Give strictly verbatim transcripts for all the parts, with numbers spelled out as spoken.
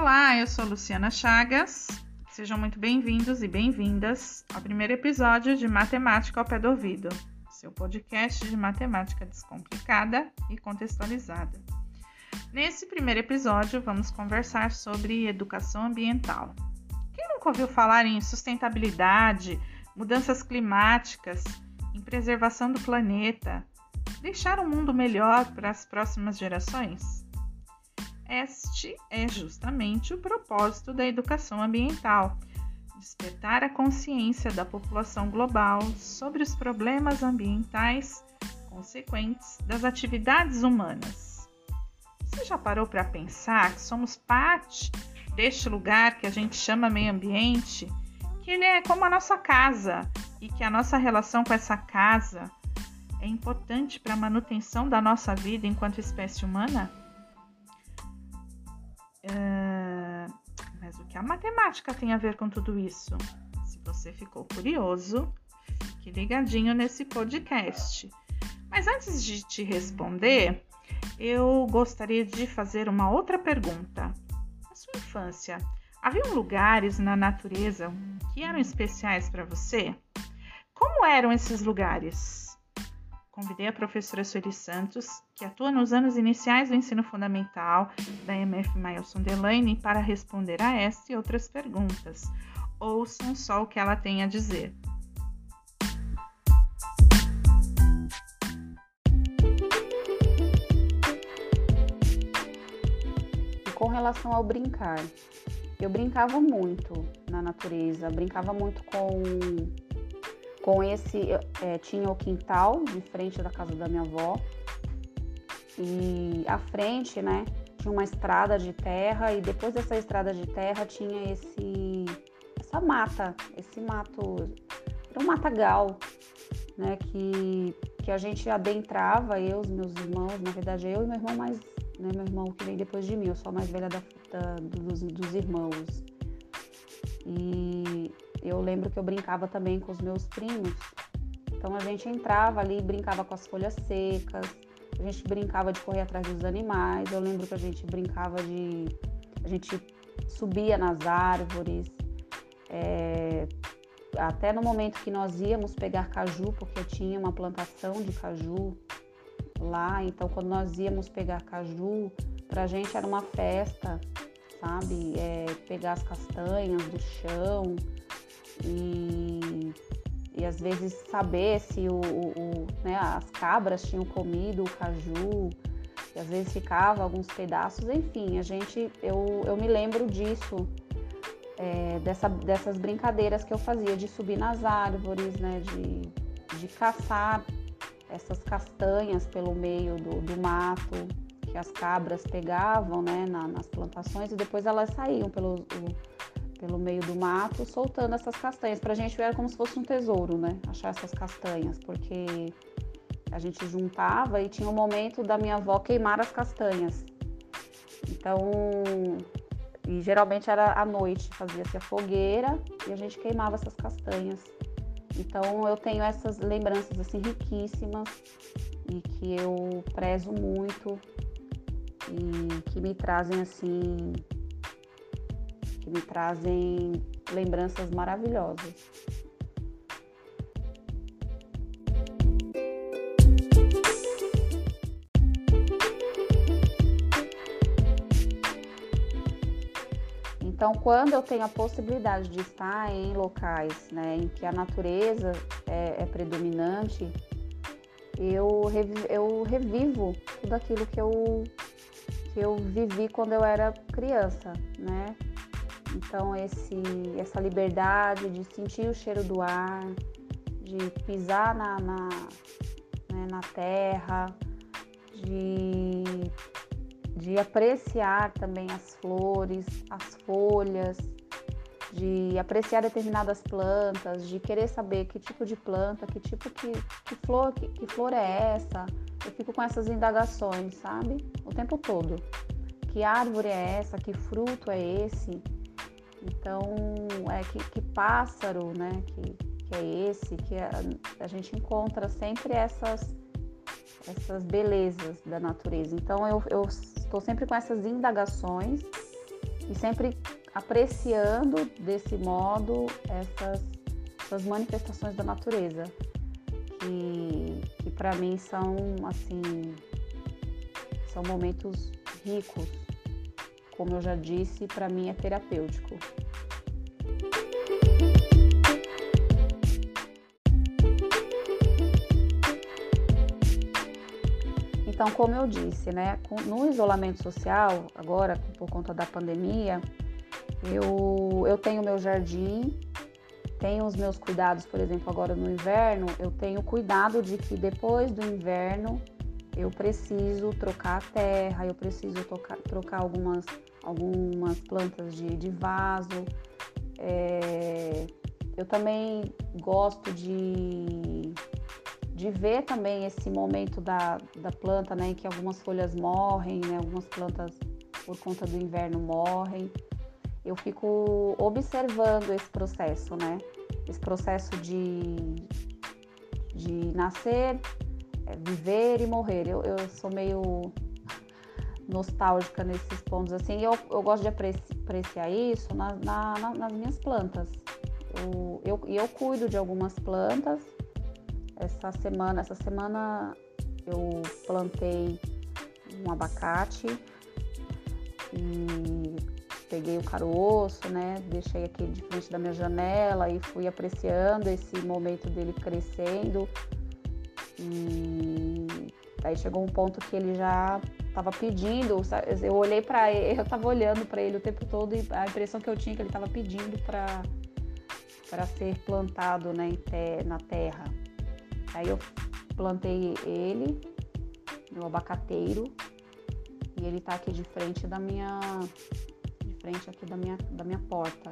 Olá, eu sou Luciana Chagas. Sejam muito bem-vindos e bem-vindas ao primeiro episódio de Matemática ao Pé do Ouvido, seu podcast de matemática descomplicada e contextualizada. Nesse primeiro episódio, vamos conversar sobre educação ambiental. Quem nunca ouviu falar em sustentabilidade, mudanças climáticas, em preservação do planeta, deixar um mundo melhor para as próximas gerações? Este é justamente o propósito da educação ambiental: despertar a consciência da população global sobre os problemas ambientais consequentes das atividades humanas. Você já parou para pensar que somos parte deste lugar que a gente chama meio ambiente, que ele é como a nossa casa e que a nossa relação com essa casa é importante para a manutenção da nossa vida enquanto espécie humana? Uh, mas o que a matemática tem a ver com tudo isso? Se você ficou curioso, fique ligadinho nesse podcast. Mas antes de te responder, eu gostaria de fazer uma outra pergunta. Na sua infância, haviam lugares na natureza que eram especiais para você? Como eram esses lugares? Convidei a professora Sueli Santos, que atua nos anos iniciais do ensino fundamental da M F Mailson Delaney, para responder a esta e outras perguntas. Ouçam só o que ela tem a dizer. E com relação ao brincar, eu brincava muito na natureza, brincava muito com... Com esse, é, tinha o quintal de frente da casa da minha avó e à frente, né, tinha uma estrada de terra e depois dessa estrada de terra tinha esse, essa mata, esse mato, era um matagal, né, que, que a gente adentrava, eu, os meus irmãos, na verdade eu e meu irmão mais, né, meu irmão que vem depois de mim, eu sou a mais velha da, da, dos, dos irmãos. E eu lembro que eu brincava também com os meus primos, então a gente entrava ali e brincava com as folhas secas, a gente brincava de correr atrás dos animais, eu lembro que a gente brincava de... a gente subia nas árvores, é, até no momento que nós íamos pegar caju, porque tinha uma plantação de caju lá, então quando nós íamos pegar caju, pra gente era uma festa, sabe, é, pegar as castanhas do chão, E, e às vezes saber se o, o, o, né, as cabras tinham comido o caju, e às vezes ficava alguns pedaços, enfim, a gente, eu, eu me lembro disso, é, dessa, dessas brincadeiras que eu fazia, de subir nas árvores, né, de, de caçar essas castanhas pelo meio do, do mato, que as cabras pegavam, né, na, nas plantações, e depois elas saíam pelo... O, pelo meio do mato, soltando essas castanhas. Pra gente era como se fosse um tesouro, né? Achar essas castanhas, porque a gente juntava e tinha um momento da minha avó queimar as castanhas. Então, e geralmente era à noite, fazia-se a fogueira e a gente queimava essas castanhas. Então, eu tenho essas lembranças, assim, riquíssimas e que eu prezo muito e que me trazem, assim... que me trazem lembranças maravilhosas. Então, quando eu tenho a possibilidade de estar em locais, né, em que a natureza é, é predominante, eu, revi- eu revivo tudo aquilo que eu, que eu vivi quando eu era criança, né? Então, esse, essa liberdade de sentir o cheiro do ar, de pisar na, na, né, na terra, de, de apreciar também as flores, as folhas, de apreciar determinadas plantas, de querer saber que tipo de planta, que tipo que, que flor, que, que flor é essa. Eu fico com essas indagações, sabe? O tempo todo. Que árvore é essa? Que fruto é esse? Então, é que, que pássaro, né, que, que é esse, que a, a gente encontra sempre essas, essas belezas da natureza. Então, eu, eu estou sempre com essas indagações e sempre apreciando desse modo essas, essas manifestações da natureza, que, que para mim são, assim, são momentos ricos. Como eu já disse, para mim é terapêutico. Então, como eu disse, né, no isolamento social, agora por conta da pandemia, eu, eu tenho meu jardim, tenho os meus cuidados, por exemplo, agora no inverno, eu tenho cuidado de que depois do inverno eu preciso trocar a terra, eu preciso trocar, trocar algumas, algumas plantas de, de vaso. É, eu também gosto de... de ver também esse momento da, da planta, né, em que algumas folhas morrem, né, algumas plantas por conta do inverno morrem. Eu fico observando esse processo, né, esse processo de, de nascer, viver e morrer. Eu, eu sou meio nostálgica nesses pontos, assim, eu, eu gosto de apreciar isso na, na, nas minhas plantas. Eu, eu, eu cuido de algumas plantas. Essa semana, essa semana eu plantei um abacate e peguei o caroço, né? Deixei aqui de frente da minha janela e fui apreciando esse momento dele crescendo. E aí chegou um ponto que ele já estava pedindo, eu olhei para ele, eu estava olhando para ele o tempo todo e a impressão que eu tinha é que ele estava pedindo para para ser plantado, né, na terra. Aí eu plantei ele no abacateiro e ele tá aqui de frente da minha, de frente aqui da minha, da minha porta.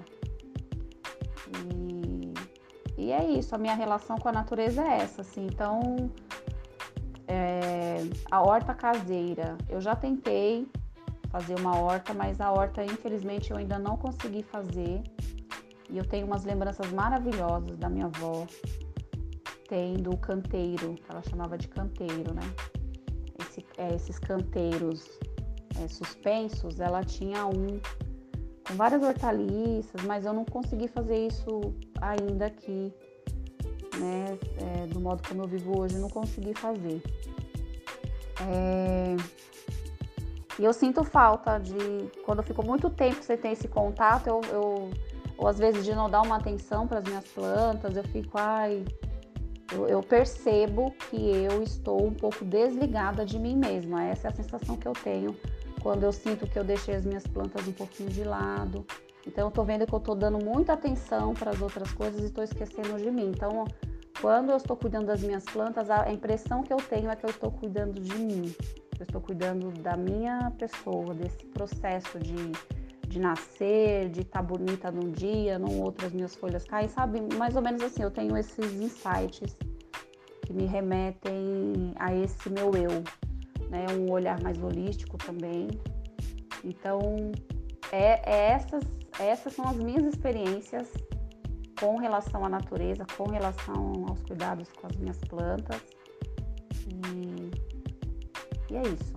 E, e é isso, a minha relação com a natureza é essa, assim. Então, é, a horta caseira, eu já tentei fazer uma horta, mas a horta, infelizmente, eu ainda não consegui fazer. E eu tenho umas lembranças maravilhosas da minha avó, tendo o canteiro, que ela chamava de canteiro, né? Esse, é, esses canteiros é, suspensos, ela tinha um com várias hortaliças, mas eu não consegui fazer isso ainda aqui, né? É, do modo como eu vivo hoje, eu não consegui fazer. É... E eu sinto falta de, quando eu fico muito tempo sem ter esse contato, eu, eu ou às vezes de não dar uma atenção para as minhas plantas, eu fico, ai, eu, eu percebo que eu estou um pouco desligada de mim mesma. Essa é a sensação que eu tenho quando eu sinto que eu deixei as minhas plantas um pouquinho de lado. Então eu tô vendo que eu tô dando muita atenção para as outras coisas e estou esquecendo de mim. Então, quando eu estou cuidando das minhas plantas, a impressão que eu tenho é que eu estou cuidando de mim. Eu estou cuidando da minha pessoa, desse processo de de nascer, de estar bonita num dia, num outro as minhas folhas caem, sabe? Mais ou menos assim, eu tenho esses insights que me remetem a esse meu eu, né? Um olhar mais holístico também. Então, é, é essas, essas são as minhas experiências com relação à natureza, com relação aos cuidados com as minhas plantas. E, e é isso.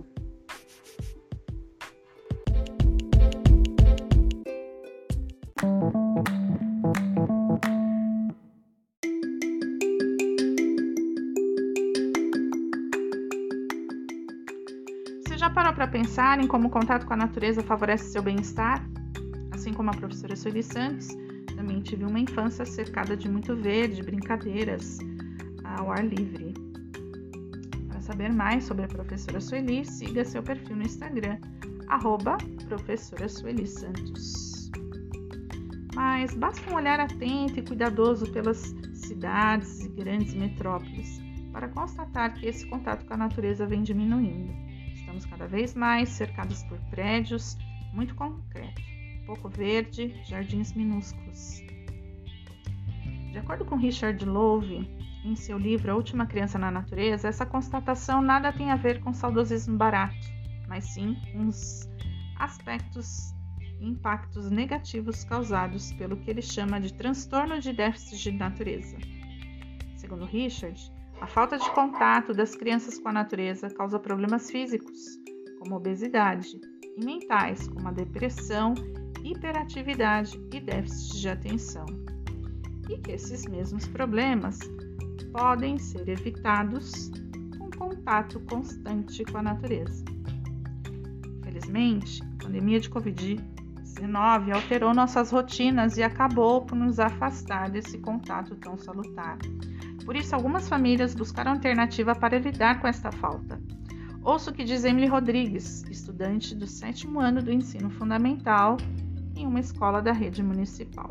Você já parou para pensar em como o contato com a natureza favorece seu bem-estar? Assim como a professora Sueli Santos, também tive uma infância cercada de muito verde, brincadeiras ao ar livre. Para saber mais sobre a professora Sueli, siga seu perfil no Instagram, arroba professora Sueli Santos. Mas basta um olhar atento e cuidadoso pelas cidades e grandes metrópoles para constatar que esse contato com a natureza vem diminuindo. Estamos cada vez mais cercados por prédios, muito concreto, pouco verde, jardins minúsculos. De acordo com Richard Louv, em seu livro A Última Criança na Natureza, essa constatação nada tem a ver com saudosismo barato, mas sim com os aspectos e impactos negativos causados pelo que ele chama de transtorno de déficit de natureza. Segundo Richard, a falta de contato das crianças com a natureza causa problemas físicos, como obesidade, e mentais, como a depressão hiperatividade e déficit de atenção, e que esses mesmos problemas podem ser evitados com contato constante com a natureza. Felizmente, a pandemia de covid dezenove alterou nossas rotinas e acabou por nos afastar desse contato tão salutar. Por isso, algumas famílias buscaram alternativa para lidar com esta falta. Ouça o que diz Emily Rodrigues, estudante do sétimo ano do ensino fundamental em uma escola da rede municipal.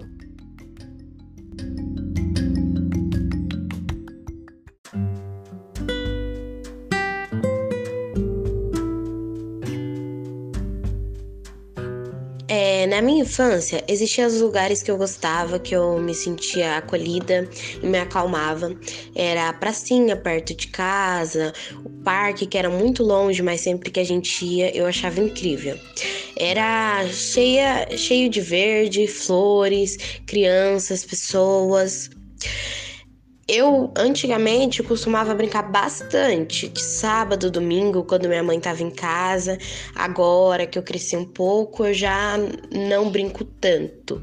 É, na minha infância, existiam os lugares que eu gostava, que eu me sentia acolhida e me acalmava. Era a pracinha perto de casa, o parque que era muito longe, mas sempre que a gente ia, eu achava incrível. Era cheia, cheio de verde, flores, crianças, pessoas. Eu, antigamente, costumava brincar bastante, de sábado, domingo, quando minha mãe estava em casa. Agora que eu cresci um pouco, eu já não brinco tanto.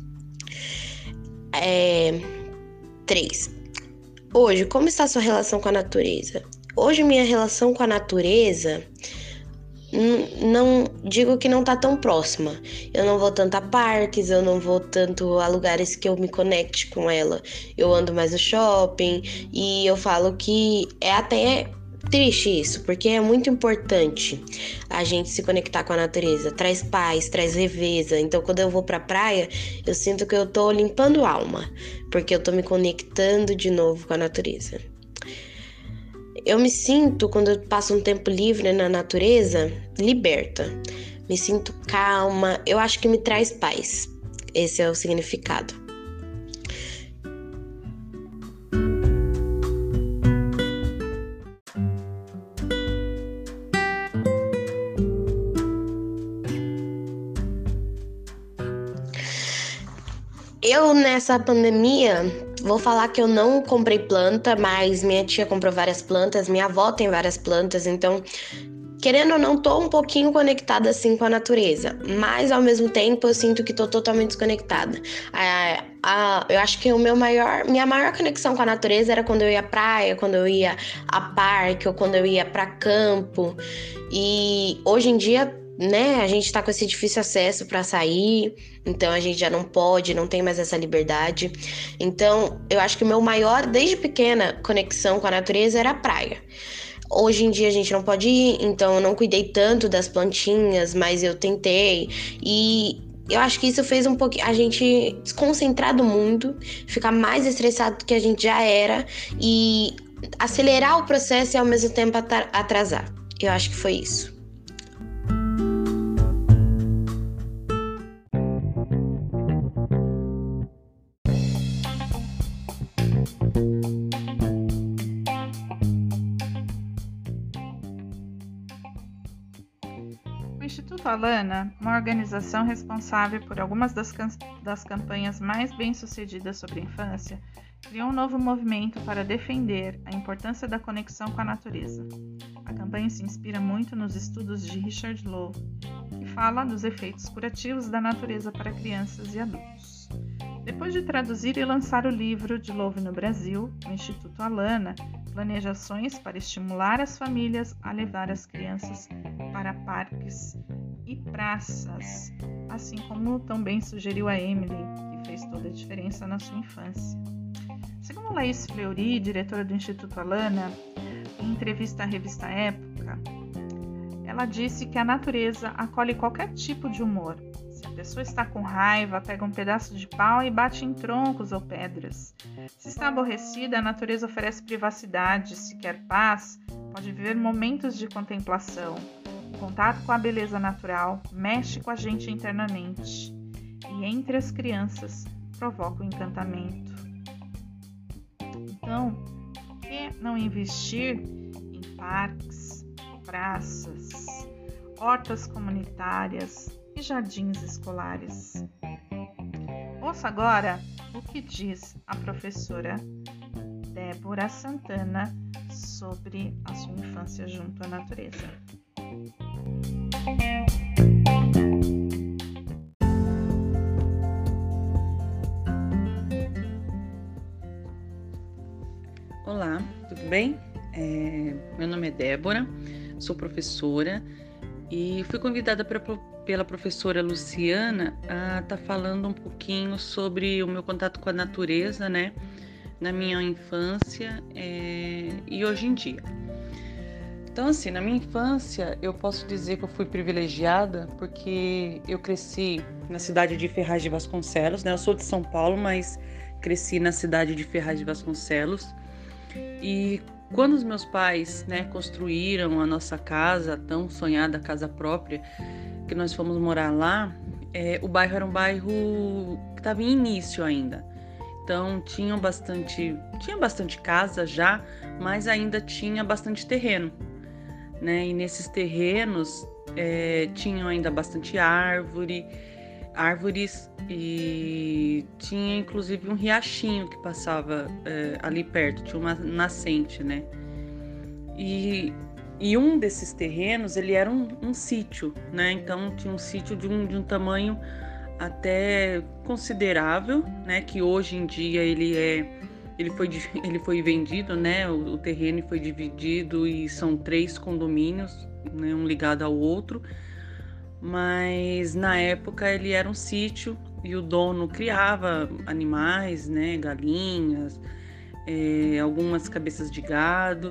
É... Três. Hoje, como está a sua relação com a natureza? Hoje, minha relação com a natureza... Não digo que não tá tão próxima. Eu não vou tanto a parques, eu não vou tanto a lugares que eu me conecte com ela. Eu ando mais no shopping e eu falo que é até triste isso, porque é muito importante a gente se conectar com a natureza. Traz paz, traz leveza. Então, quando eu vou pra praia, eu sinto que eu tô limpando a alma, porque eu tô me conectando de novo com a natureza. Eu me sinto, quando eu passo um tempo livre na natureza, liberta. Me sinto calma. Eu acho que me traz paz. Esse é o significado. Eu, nessa pandemia, vou falar que eu não comprei planta, mas minha tia comprou várias plantas, minha avó tem várias plantas, então, querendo ou não, tô um pouquinho conectada, assim, com a natureza. Mas, ao mesmo tempo, eu sinto que tô totalmente desconectada. A, a, eu acho que o meu maior, minha maior conexão com a natureza era quando eu ia à praia, quando eu ia a parque, ou quando eu ia pra campo. E, hoje em dia... né, a gente tá com esse difícil acesso para sair, então a gente já não pode, não tem mais essa liberdade. Então, eu acho que o meu maior, desde pequena, conexão com a natureza era a praia. Hoje em dia a gente não pode ir, então eu não cuidei tanto das plantinhas, mas eu tentei. E eu acho que isso fez um pouquinho a gente desconcentrar do mundo, ficar mais estressado do que a gente já era e acelerar o processo e ao mesmo tempo atrasar. Eu acho que foi isso. O Instituto Alana, uma organização responsável por algumas das, can- das campanhas mais bem-sucedidas sobre a infância, criou um novo movimento para defender a importância da conexão com a natureza. A campanha se inspira muito nos estudos de Richard Louv, que fala dos efeitos curativos da natureza para crianças e adultos. Depois de traduzir e lançar o livro de Louv no Brasil, o Instituto Alana planeja ações para estimular as famílias a levar as crianças para parques e praças, assim como também sugeriu a Emily, que fez toda a diferença na sua infância. Segundo Laís Fleury, diretora do Instituto Alana, em entrevista à revista Época, ela disse que a natureza acolhe qualquer tipo de humor. Se a pessoa está com raiva, pega um pedaço de pau e bate em troncos ou pedras. Se está aborrecida, a natureza oferece privacidade. Se quer paz, pode viver momentos de contemplação. O contato com a beleza natural mexe com a gente internamente e entre as crianças provoca o encantamento. Então, por que não investir em parques, praças, hortas comunitárias e jardins escolares? Ouça agora o que diz a professora Débora Santana sobre a sua infância junto à natureza. Olá, tudo bem? É, meu nome é Débora, sou professora e fui convidada pra, pela professora Luciana a estar tá falando um pouquinho sobre o meu contato com a natureza, né? Na minha infância é, e hoje em dia. Então, assim, na minha infância, eu posso dizer que eu fui privilegiada porque eu cresci na cidade de Ferraz de Vasconcelos, né? Eu sou de São Paulo, mas cresci na cidade de Ferraz de Vasconcelos. E quando os meus pais, né, construíram a nossa casa, a tão sonhada casa própria, que nós fomos morar lá, é, o bairro era um bairro que estava em início ainda. Então, tinham bastante, tinha bastante casa já, mas ainda tinha bastante terreno. Né? E nesses terrenos é, tinham ainda bastante árvore, árvores e tinha inclusive um riachinho que passava é, ali perto, tinha uma nascente, né? E, e um desses terrenos, ele era um, um sítio, né? Então tinha um sítio de um, de um tamanho até considerável, né? Que hoje em dia ele é Ele foi, ele foi vendido, né? O, o terreno foi dividido e são três condomínios, né? Um ligado ao outro. Mas na época ele era um sítio e o dono criava animais, né? Galinhas, é, algumas cabeças de gado.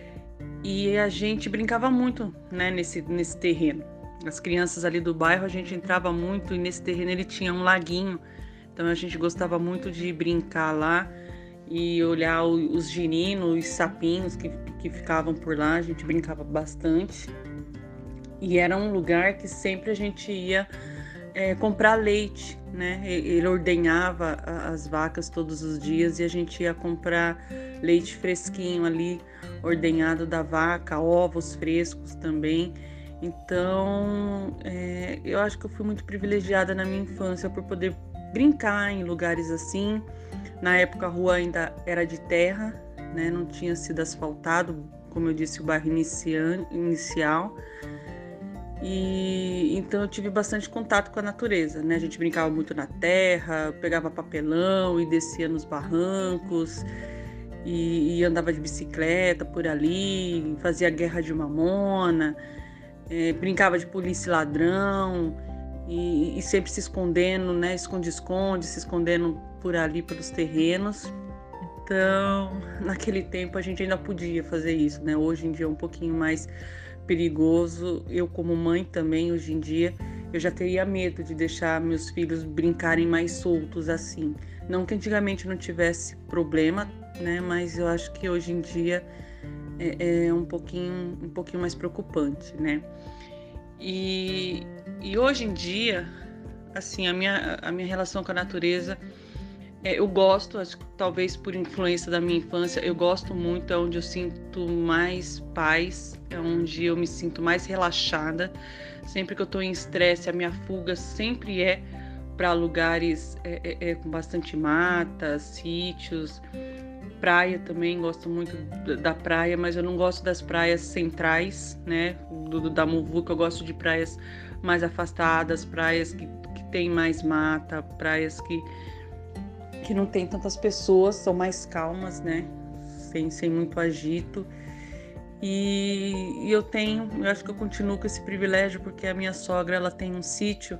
E a gente brincava muito, né? Nesse, nesse terreno. As crianças ali do bairro, a gente entrava muito e nesse terreno ele tinha um laguinho. Então a gente gostava muito de brincar lá e olhar os girinos, os sapinhos que, que ficavam por lá, a gente brincava bastante. E era um lugar que sempre a gente ia é, comprar leite, né? Ele ordenhava as vacas todos os dias e a gente ia comprar leite fresquinho ali, ordenhado da vaca, ovos frescos também. Então, é, eu acho que eu fui muito privilegiada na minha infância por poder brincar em lugares assim. Na época a rua ainda era de terra, né? Não tinha sido asfaltado, como eu disse, o bairro inician, inicial. E então eu tive bastante contato com a natureza, né? A gente brincava muito na terra, pegava papelão e descia nos barrancos, e, e andava de bicicleta por ali, fazia guerra de mamona, é, brincava de polícia e ladrão, e, e sempre se escondendo, né? Esconde-esconde, se escondendo por ali, pelos terrenos. Então, naquele tempo a gente ainda podia fazer isso, né? Hoje em dia é um pouquinho mais perigoso. Eu, como mãe também, hoje em dia, eu já teria medo de deixar meus filhos brincarem mais soltos assim. Não que antigamente não tivesse problema, né? Mas eu acho que hoje em dia é, é um pouquinho, um pouquinho mais preocupante, né? E, e hoje em dia, assim, a minha, a minha relação com a natureza, é, eu gosto, acho que talvez por influência da minha infância, eu gosto muito, é onde eu sinto mais paz, é onde eu me sinto mais relaxada. Sempre que eu estou em estresse, a minha fuga sempre é para lugares é, é, é, com bastante mata, sítios, praia também, gosto muito da praia, mas eu não gosto das praias centrais, né, do, da Muvuca. Eu gosto de praias mais afastadas, praias que, que tem mais mata, praias que, que não tem tantas pessoas, são mais calmas, né, sem, sem muito agito. E, e eu tenho, eu acho que eu continuo com esse privilégio porque a minha sogra, ela tem um sítio,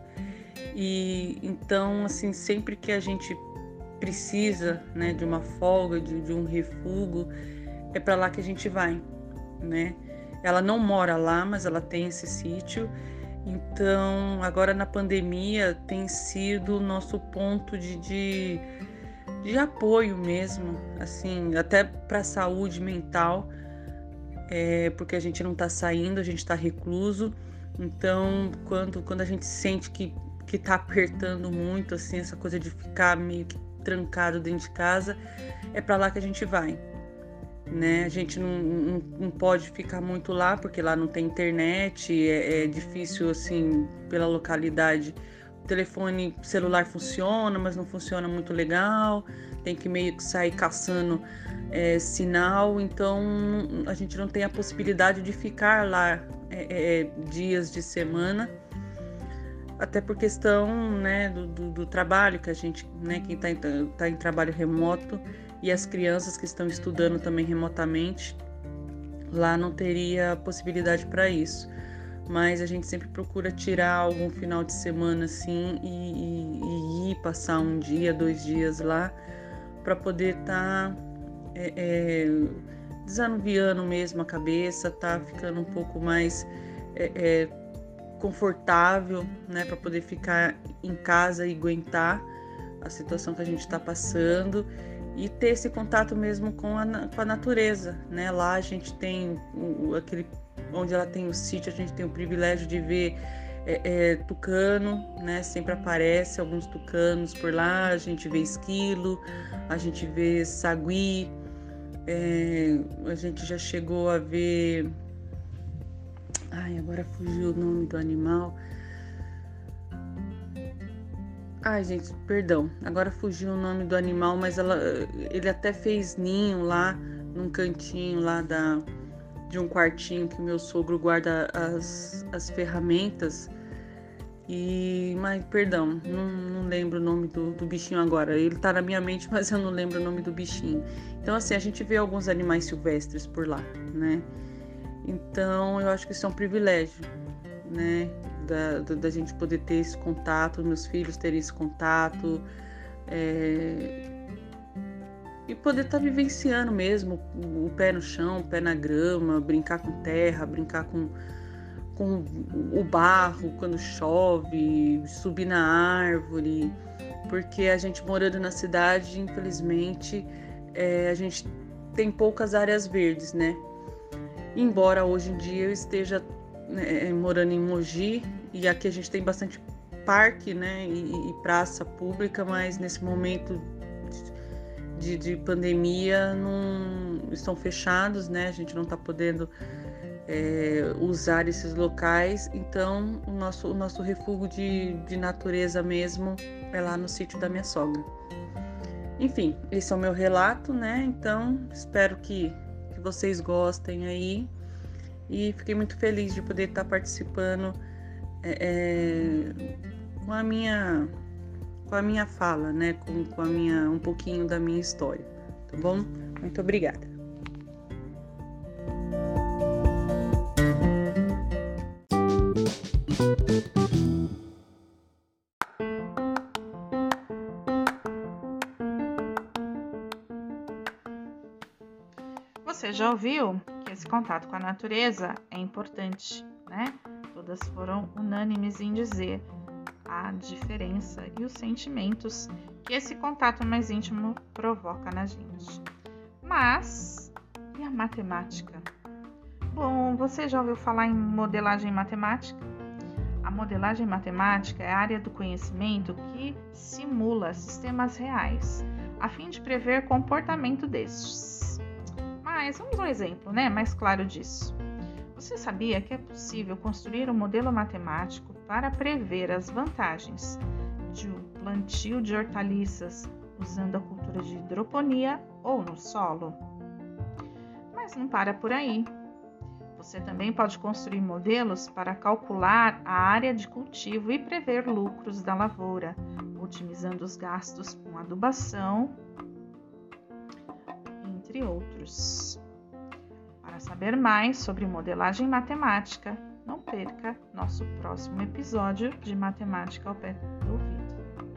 e então, assim, sempre que a gente precisa, né, de uma folga, de, de um refúgio, é para lá que a gente vai, né? Ela não mora lá, mas ela tem esse sítio. Então, agora na pandemia tem sido o nosso ponto de, de, de apoio mesmo, assim, até para a saúde mental, é, porque a gente não está saindo, a gente está recluso. Então, quando, quando a gente sente que que tá apertando muito, assim, essa coisa de ficar meio que trancado dentro de casa, é para lá que a gente vai, né? A gente não, não, não pode ficar muito lá, porque lá não tem internet, é, é difícil, assim, pela localidade. O telefone celular funciona, mas não funciona muito legal, tem que meio que sair caçando é, sinal, então a gente não tem a possibilidade de ficar lá é, é, dias de semana, até por questão, né, do, do, do trabalho que a gente, né, quem está em, tá em trabalho remoto e as crianças que estão estudando também remotamente, lá não teria possibilidade para isso. Mas a gente sempre procura tirar algum final de semana assim e, e, e ir passar um dia, dois dias lá para poder estar tá, é, é, desanuviando mesmo a cabeça, tá ficando um pouco mais é, é, confortável, né, para poder ficar em casa e aguentar a situação que a gente está passando e ter esse contato mesmo com a, com a natureza, né? Lá a gente tem o, aquele onde ela tem o sítio, a gente tem o privilégio de ver é, é, tucano, né? Sempre aparece alguns tucanos por lá, a gente vê esquilo, a gente vê sagui, é, a gente já chegou a ver... Ai, agora fugiu o nome do animal. Ai, gente, perdão. Agora fugiu o nome do animal, mas ela, ele até fez ninho lá, num cantinho lá da... de um quartinho que o meu sogro guarda as, as ferramentas. E, mas, perdão, não, não lembro o nome do, do bichinho agora. Ele tá na minha mente, mas eu não lembro o nome do bichinho. Então, assim, a gente vê alguns animais silvestres por lá, né? Então, eu acho que isso é um privilégio, né? Da, da, da gente poder ter esse contato, meus filhos terem esse contato. É... E poder estar tá vivenciando mesmo o pé no chão, o pé na grama, brincar com terra, brincar com, com o barro quando chove, subir na árvore. Porque a gente morando na cidade, infelizmente, é, a gente tem poucas áreas verdes, né? Embora hoje em dia eu esteja né, morando em Mogi, e aqui a gente tem bastante parque, né, e, e praça pública, mas nesse momento De, de pandemia não estão fechados, né? A gente não está podendo é, usar esses locais, então o nosso, o nosso refúgio de, de natureza mesmo é lá no sítio da minha sogra. Enfim, esse é o meu relato, né? Então espero que, que vocês gostem aí e fiquei muito feliz de poder estar participando é, é, com a minha com a minha fala, né, com, com a minha, um pouquinho da minha história, tá bom? Muito obrigada. Você já ouviu que esse contato com a natureza é importante, né? Todas foram unânimes em dizer a diferença e os sentimentos que esse contato mais íntimo provoca na gente. Mas, e a matemática? Bom, você já ouviu falar em modelagem matemática? A modelagem matemática é a área do conhecimento que simula sistemas reais, a fim de prever comportamento destes. Mas vamos a um exemplo, né, mais claro disso. Você sabia que é possível construir um modelo matemático para prever as vantagens de um plantio de hortaliças usando a cultura de hidroponia ou no solo? Mas não para por aí. Você também pode construir modelos para calcular a área de cultivo e prever lucros da lavoura, otimizando os gastos com adubação, entre outros. Para saber mais sobre modelagem matemática, não perca nosso próximo episódio de Matemática ao Pé do Ouvido.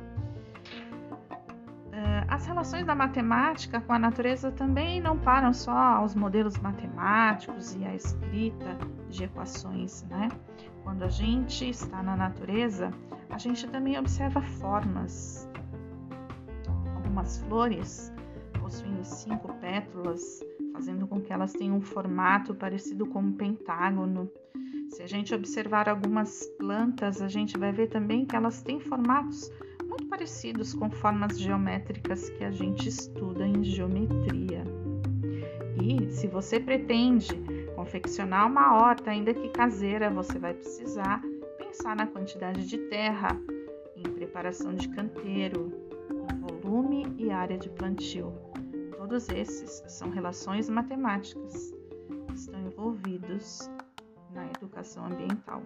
As relações da matemática com a natureza também não param só aos modelos matemáticos e à escrita de equações, né? Quando a gente está na natureza, a gente também observa formas. Algumas flores possuem cinco pétalas, fazendo com que elas tenham um formato parecido com um pentágono. Se a gente observar algumas plantas, a gente vai ver também que elas têm formatos muito parecidos com formas geométricas que a gente estuda em geometria. E se você pretende confeccionar uma horta, ainda que caseira, você vai precisar pensar na quantidade de terra, em preparação de canteiro, em volume e área de plantio. Todos esses são relações matemáticas que estão envolvidos na educação ambiental.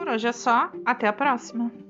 Por hoje é só. Até a próxima!